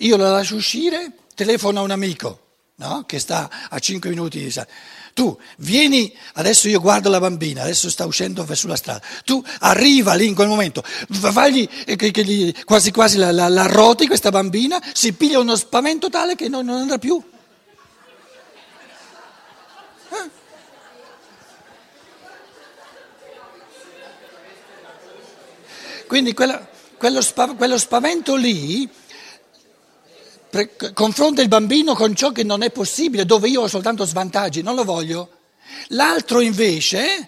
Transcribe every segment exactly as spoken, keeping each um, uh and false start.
io la lascio uscire, telefono a un amico, no? Che sta a cinque minuti di distanza. Tu vieni, adesso io guardo la bambina, adesso sta uscendo sulla strada, tu arriva lì in quel momento, fagli, che, che gli, quasi quasi la, la, la roti questa bambina, si piglia uno spavento tale che non, non andrà più. Eh? Quindi quella, quello, spav- quello spavento lì pre- confronta il bambino con ciò che non è possibile, dove io ho soltanto svantaggi, non lo voglio. L'altro invece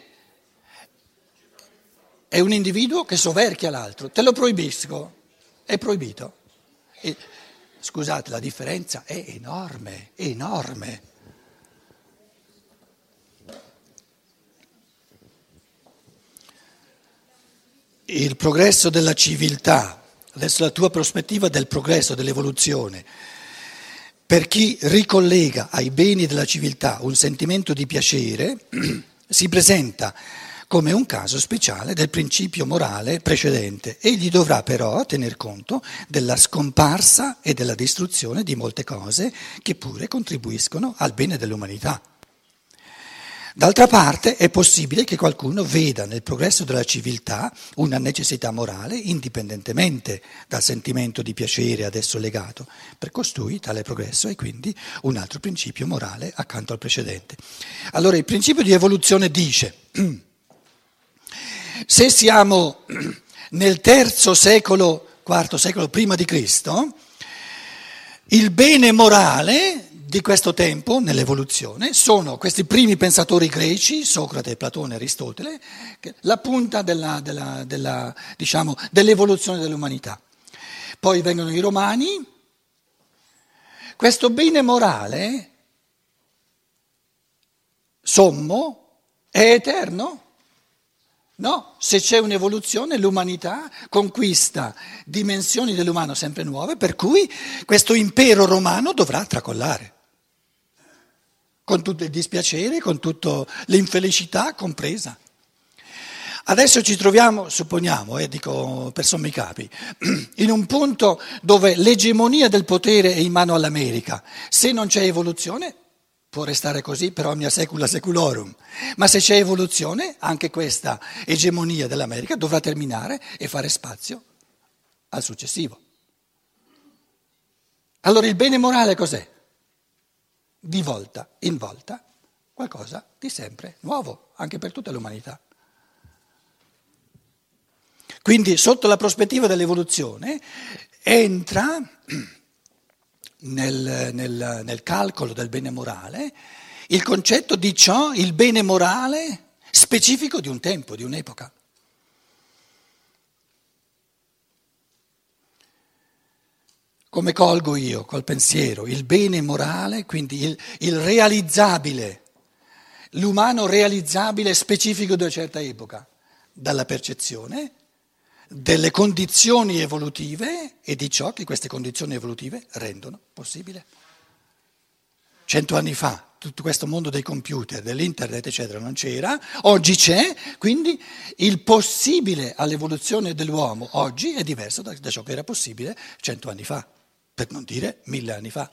è un individuo che soverchia l'altro, te lo proibisco, è proibito. E, scusate, la differenza è enorme, enorme. Il progresso della civiltà, adesso la tua prospettiva del progresso, dell'evoluzione, per chi ricollega ai beni della civiltà un sentimento di piacere, si presenta come un caso speciale del principio morale precedente. Egli dovrà però tener conto della scomparsa e della distruzione di molte cose che pure contribuiscono al bene dell'umanità. D'altra parte è possibile che qualcuno veda nel progresso della civiltà una necessità morale indipendentemente dal sentimento di piacere ad esso legato. Per costui tale progresso è quindi un altro principio morale accanto al precedente. Allora il principio di evoluzione dice, se siamo nel terzo secolo, quarto secolo prima di Cristo, il bene morale di questo tempo, nell'evoluzione, sono questi primi pensatori greci, Socrate, Platone, Aristotele, la punta della, della, della, diciamo, dell'evoluzione dell'umanità. Poi vengono i Romani. Questo bene morale, sommo, è eterno? No, se c'è un'evoluzione l'umanità conquista dimensioni dell'umano sempre nuove, per cui questo impero romano dovrà tracollare. Con tutto il dispiacere, con tutta l'infelicità compresa. Adesso ci troviamo, supponiamo, eh, dico per sommi capi, in un punto dove l'egemonia del potere è in mano all'America. Se non c'è evoluzione, può restare così per omnia secula seculorum, ma se c'è evoluzione, anche questa egemonia dell'America dovrà terminare e fare spazio al successivo. Allora il bene morale cos'è? Di volta in volta qualcosa di sempre nuovo, anche per tutta l'umanità. Quindi sotto la prospettiva dell'evoluzione entra nel, nel, nel calcolo del bene morale il concetto di ciò, il bene morale specifico di un tempo, di un'epoca. Come colgo io col pensiero il bene morale, quindi il, il realizzabile, l'umano realizzabile specifico di una certa epoca, dalla percezione delle condizioni evolutive e di ciò che queste condizioni evolutive rendono possibile. Cento anni fa tutto questo mondo dei computer, dell'internet eccetera non c'era, oggi c'è, quindi il possibile all'evoluzione dell'uomo oggi è diverso da, da ciò che era possibile cento anni fa. Per non dire mille anni fa.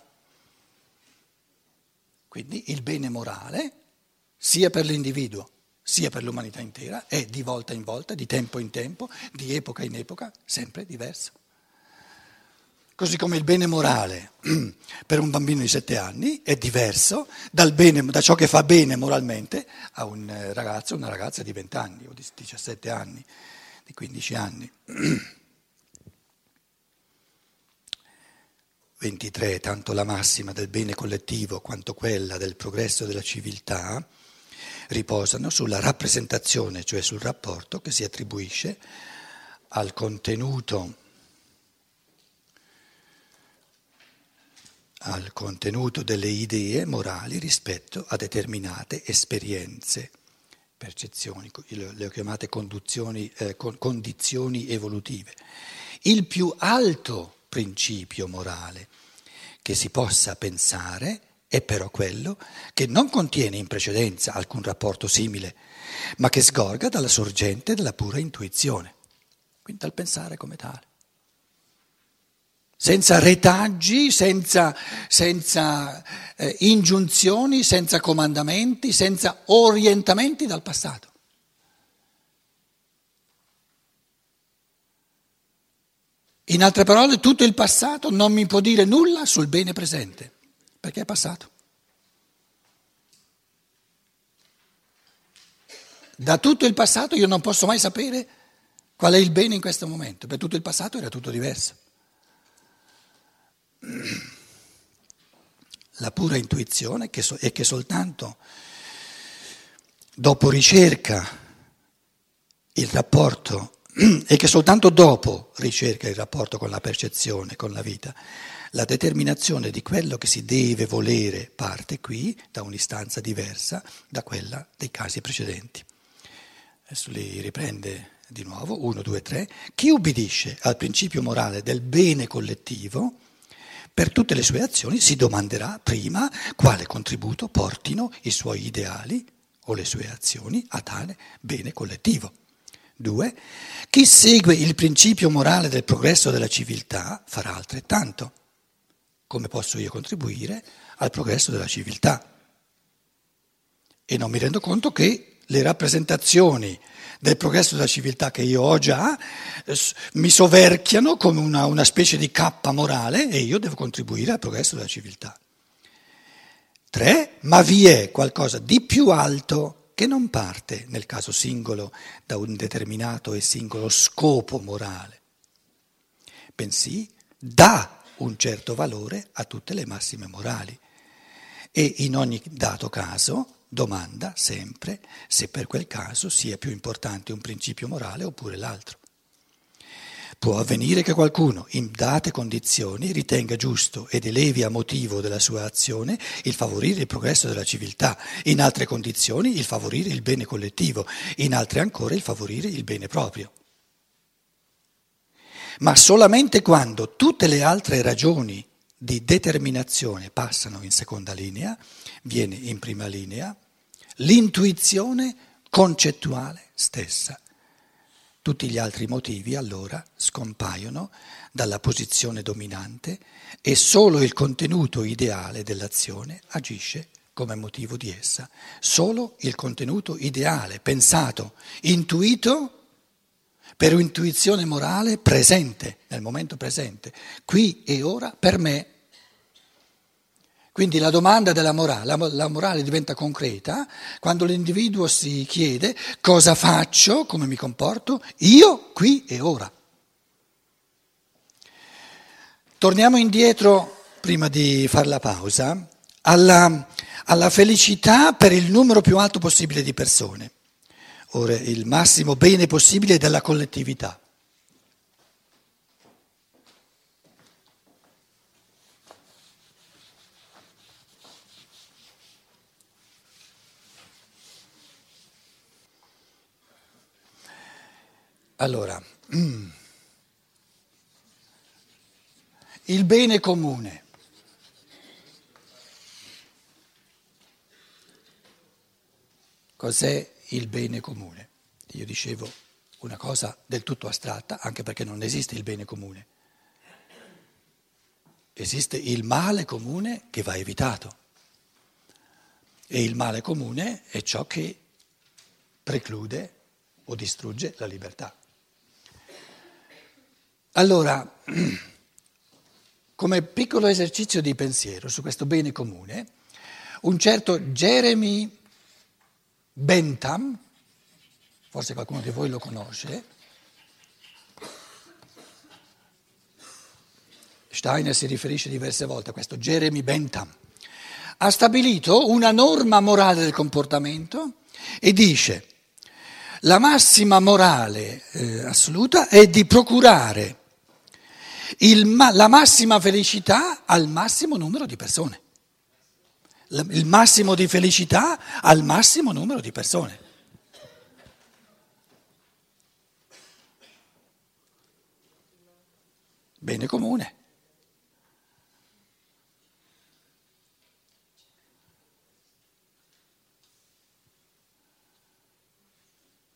Quindi il bene morale, sia per l'individuo, sia per l'umanità intera, è di volta in volta, di tempo in tempo, di epoca in epoca, sempre diverso. Così come il bene morale per un bambino di sette anni è diverso dal bene, da ciò che fa bene moralmente a un ragazzo o una ragazza di venti anni o di diciassette anni, di quindici anni. ventitré, tanto la massima del bene collettivo quanto quella del progresso della civiltà riposano sulla rappresentazione, cioè sul rapporto che si attribuisce al contenuto, al contenuto delle idee morali rispetto a determinate esperienze, percezioni, le ho chiamate conduzioni, eh, condizioni evolutive. Il più alto principio morale che si possa pensare è però quello che non contiene in precedenza alcun rapporto simile, ma che sgorga dalla sorgente della pura intuizione, quindi dal pensare come tale. senza retaggi, senza, senza eh, ingiunzioni, senza comandamenti, senza orientamenti dal passato. In altre parole, tutto il passato non mi può dire nulla sul bene presente, perché è passato. Da tutto il passato io non posso mai sapere qual è il bene in questo momento, per tutto il passato era tutto diverso. La pura intuizione è che soltanto dopo ricerca il rapporto, e che soltanto dopo ricerca il rapporto con la percezione, con la vita, la determinazione di quello che si deve volere parte qui da un'istanza diversa da quella dei casi precedenti. Adesso li riprende di nuovo, uno, due, tre. Chi ubbidisce al principio morale del bene collettivo, per tutte le sue azioni si domanderà prima quale contributo portino i suoi ideali o le sue azioni a tale bene collettivo. Due, chi segue il principio morale del progresso della civiltà farà altrettanto. Come posso io contribuire al progresso della civiltà? E non mi rendo conto che le rappresentazioni del progresso della civiltà che io ho già mi soverchiano come una, una specie di cappa morale e io devo contribuire al progresso della civiltà. Tre, ma vi è qualcosa di più alto che non parte, nel caso singolo, da un determinato e singolo scopo morale, bensì dà un certo valore a tutte le massime morali e in ogni dato caso domanda sempre se per quel caso sia più importante un principio morale oppure l'altro. Può avvenire che qualcuno, in date condizioni, ritenga giusto ed elevi a motivo della sua azione il favorire il progresso della civiltà, in altre condizioni il favorire il bene collettivo, in altre ancora il favorire il bene proprio. Ma solamente quando tutte le altre ragioni di determinazione passano in seconda linea, viene in prima linea l'intuizione concettuale stessa. Tutti gli altri motivi allora scompaiono dalla posizione dominante e solo il contenuto ideale dell'azione agisce come motivo di essa. Solo il contenuto ideale, pensato, intuito per un'intuizione morale presente, nel momento presente, qui e ora per me. Quindi la domanda della morale, la, la morale diventa concreta quando l'individuo si chiede cosa faccio, come mi comporto, io qui e ora. Torniamo indietro, prima di fare la pausa, alla, alla felicità per il numero più alto possibile di persone. Ora, il massimo bene possibile della collettività. Allora, il bene comune. Cos'è il bene comune? Io dicevo una cosa del tutto astratta, anche perché non esiste il bene comune. Esiste il male comune che va evitato. E il male comune è ciò che preclude o distrugge la libertà. Allora, come piccolo esercizio di pensiero su questo bene comune, un certo Jeremy Bentham, forse qualcuno di voi lo conosce, Steiner si riferisce diverse volte a questo Jeremy Bentham, ha stabilito una norma morale del comportamento e dice la massima morale eh, assoluta è di procurare il, la massima felicità al massimo numero di persone. Il massimo di felicità al massimo numero di persone. Bene comune.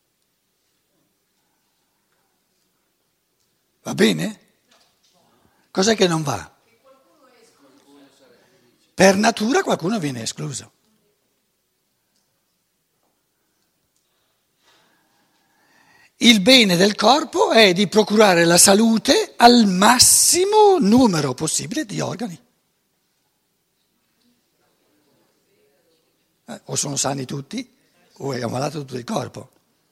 Va bene? Cos'è che non va? Per natura qualcuno viene escluso. Il bene del corpo è di procurare la salute al massimo numero possibile di organi. Eh, o sono sani tutti o è ammalato tutto il corpo.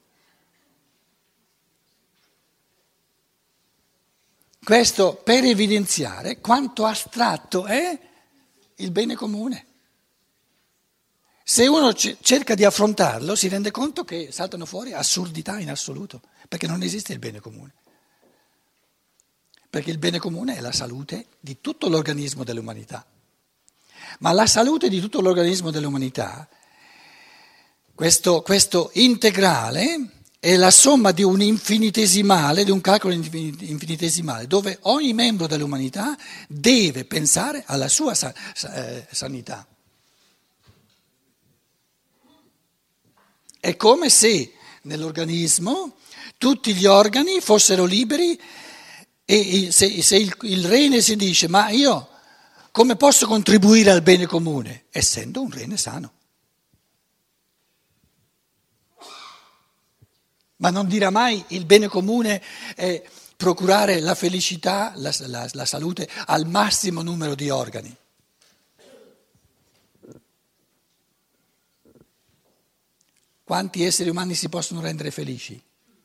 Questo per evidenziare quanto astratto è il bene comune. Se uno c- cerca di affrontarlo si rende conto che saltano fuori assurdità in assoluto, perché non esiste il bene comune. Perché il bene comune è la salute di tutto l'organismo dell'umanità. Ma la salute di tutto l'organismo dell'umanità, questo, questo integrale, è la somma di un infinitesimale, di un calcolo infinitesimale, dove ogni membro dell'umanità deve pensare alla sua sa- eh, sanità. È come se nell'organismo tutti gli organi fossero liberi e se, se il, il rene si dice ma io come posso contribuire al bene comune? Essendo un rene sano. Ma non dirà mai il bene comune è procurare la felicità, la, la, la salute al massimo numero di organi. Quanti esseri umani si possono rendere felici?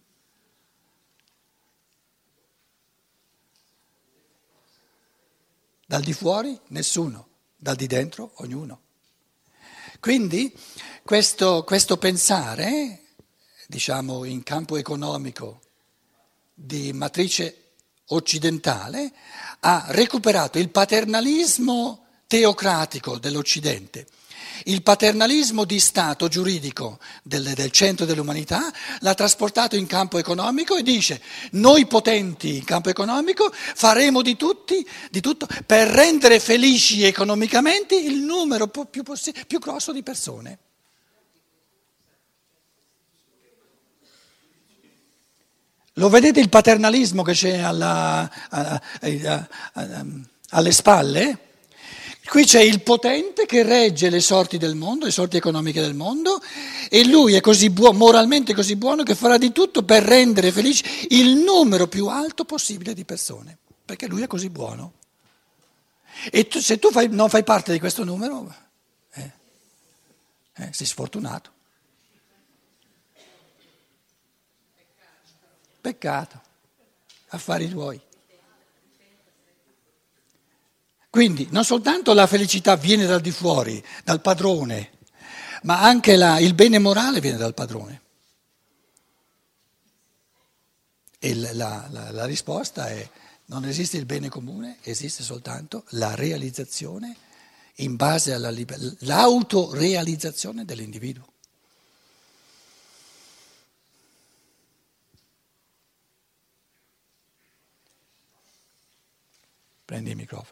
Dal di fuori nessuno, dal di dentro ognuno. Quindi questo, questo pensare, diciamo in campo economico, di matrice occidentale, ha recuperato il paternalismo teocratico dell'Occidente, il paternalismo di Stato giuridico del, del centro dell'umanità, l'ha trasportato in campo economico e dice noi potenti in campo economico faremo di, tutti, di tutto per rendere felici economicamente il numero più, possi- più grosso di persone. Lo vedete il paternalismo che c'è alla, a, a, a, alle spalle? Qui c'è il potente che regge le sorti del mondo, le sorti economiche del mondo, e lui è così buono, moralmente così buono che farà di tutto per rendere felici il numero più alto possibile di persone, perché lui è così buono. E tu, se tu fai, non fai parte di questo numero, eh, eh, sei sfortunato. Peccato, affari tuoi. Quindi non soltanto la felicità viene dal di fuori, dal padrone, ma anche la, il bene morale viene dal padrone. E la, la, la risposta è non esiste il bene comune, esiste soltanto la realizzazione in base alla liber- l'autorealizzazione dell'individuo. Prendi il microfono.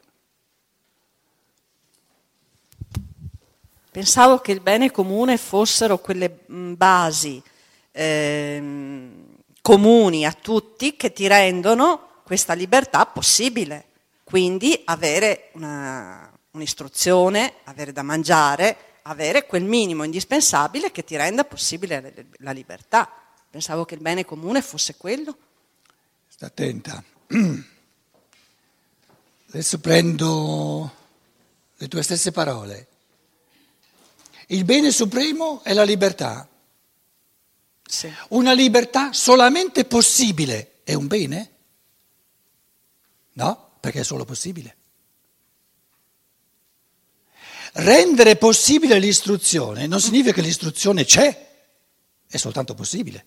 Pensavo che il bene comune fossero quelle basi ehm, comuni a tutti che ti rendono questa libertà possibile. Quindi avere una, un'istruzione, avere da mangiare, avere quel minimo indispensabile che ti renda possibile la libertà. Pensavo che il bene comune fosse quello. Sta attenta. Adesso prendo le tue stesse parole. Il bene supremo è la libertà. Sì. Una libertà solamente possibile è un bene? No, perché è solo possibile. Rendere possibile l'istruzione non significa che l'istruzione c'è, è soltanto possibile.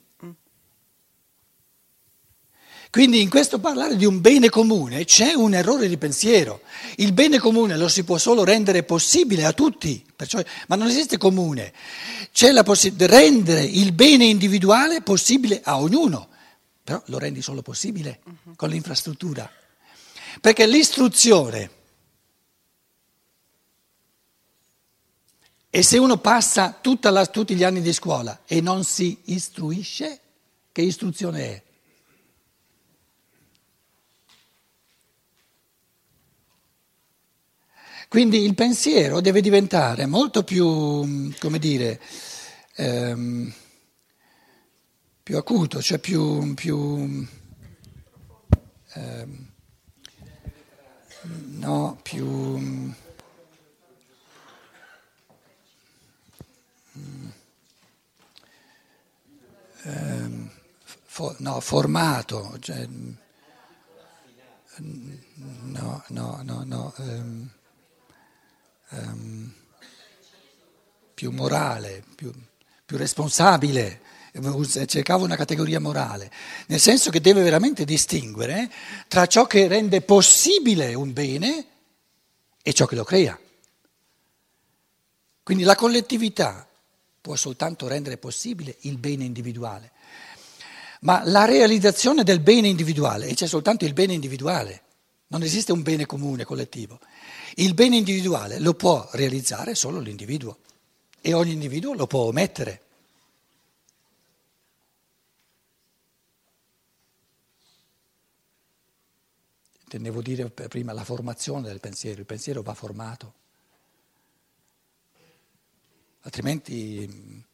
Quindi in questo parlare di un bene comune c'è un errore di pensiero. Il bene comune lo si può solo rendere possibile a tutti, perciò, ma non esiste comune. C'è la possibilità di rendere il bene individuale possibile a ognuno, però lo rendi solo possibile uh-huh. con l'infrastruttura. Perché l'istruzione, e se uno passa tutta la, tutti gli anni di scuola e non si istruisce, che istruzione è? Quindi il pensiero deve diventare molto più, come dire, ehm, più acuto, cioè più, più ehm, no, più ehm, fo- no, formato, cioè, no, no, no, no, ehm, ehm, più morale, più, più responsabile. Cercavo una categoria morale, nel senso che deve veramente distinguere tra ciò che rende possibile un bene e ciò che lo crea. Quindi la collettività può soltanto rendere possibile il bene individuale, ma la realizzazione del bene individuale, e c'è soltanto il bene individuale, non esiste un bene comune collettivo. Il bene individuale lo può realizzare solo l'individuo e ogni individuo lo può omettere. Intendevo dire prima la formazione del pensiero, il pensiero va formato, altrimenti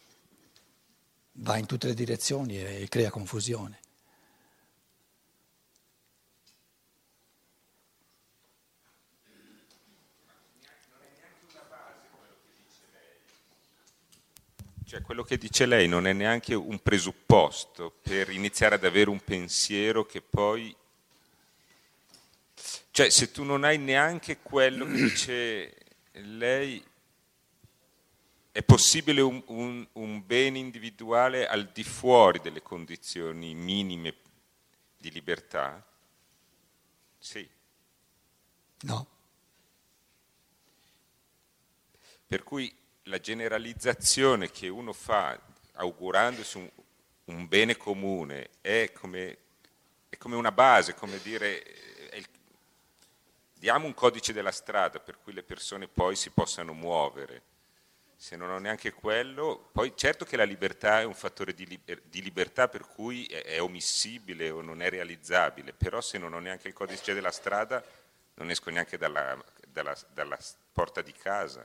va in tutte le direzioni e crea confusione. Cioè, quello che dice lei non è neanche un presupposto per iniziare ad avere un pensiero che poi... Cioè, se tu non hai neanche quello che dice lei, è possibile un, un, un bene individuale al di fuori delle condizioni minime di libertà? Sì. No. Per cui la generalizzazione che uno fa augurandosi un, un bene comune è come, è come una base, come dire, è il, diamo un codice della strada per cui le persone poi si possano muovere. Se non ho neanche quello, poi certo che la libertà è un fattore di, liber, di libertà per cui è, è omissibile o non è realizzabile, però se non ho neanche il codice della strada non esco neanche dalla, dalla, dalla porta di casa.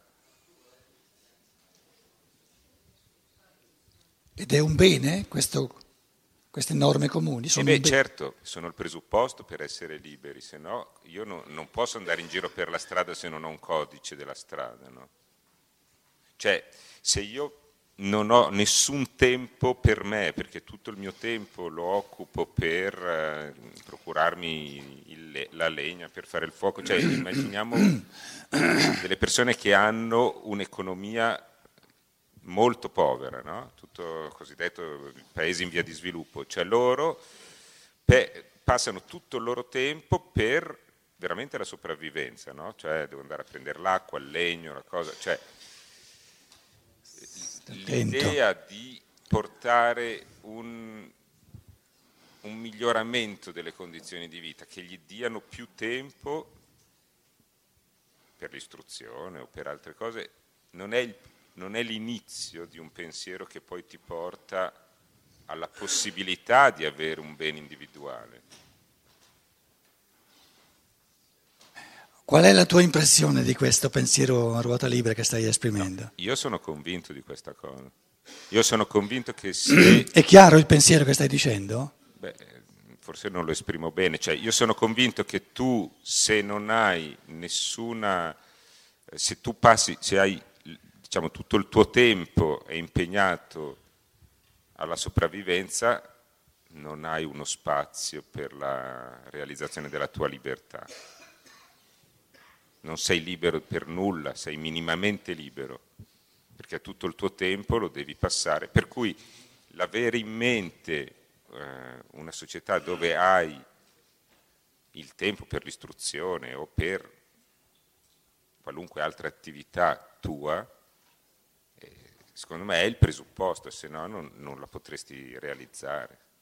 Ed è un bene questo, queste norme comuni? Sono E beh, un bene. certo, sono il presupposto per essere liberi, se no io no, non posso andare in giro per la strada se non ho un codice della strada, no? Cioè, se io non ho nessun tempo per me, perché tutto il mio tempo lo occupo per eh, procurarmi il, la legna, per fare il fuoco, cioè immaginiamo delle persone che hanno un'economia molto povera, no? Tutto cosiddetto paesi in via di sviluppo, cioè loro pe- passano tutto il loro tempo per veramente la sopravvivenza, no? Cioè devo andare a prendere l'acqua, il legno, la cosa, cioè l'idea di portare un, un miglioramento delle condizioni di vita che gli diano più tempo per l'istruzione o per altre cose non è, il, non è l'inizio di un pensiero che poi ti porta alla possibilità di avere un bene individuale. Qual è la tua impressione di questo pensiero a ruota libera che stai esprimendo? No, io sono convinto di questa cosa. Io sono convinto che se... È chiaro il pensiero che stai dicendo? Beh, forse non lo esprimo bene. Cioè, io sono convinto che tu, se non hai nessuna... Se tu passi, se hai, diciamo, tutto il tuo tempo è impegnato alla sopravvivenza, non hai uno spazio per la realizzazione della tua libertà. Non sei libero per nulla, sei minimamente libero, perché tutto il tuo tempo lo devi passare. Per cui l'avere in mente eh, una società dove hai il tempo per l'istruzione o per qualunque altra attività tua, eh, secondo me è il presupposto, se no non, non la potresti realizzare.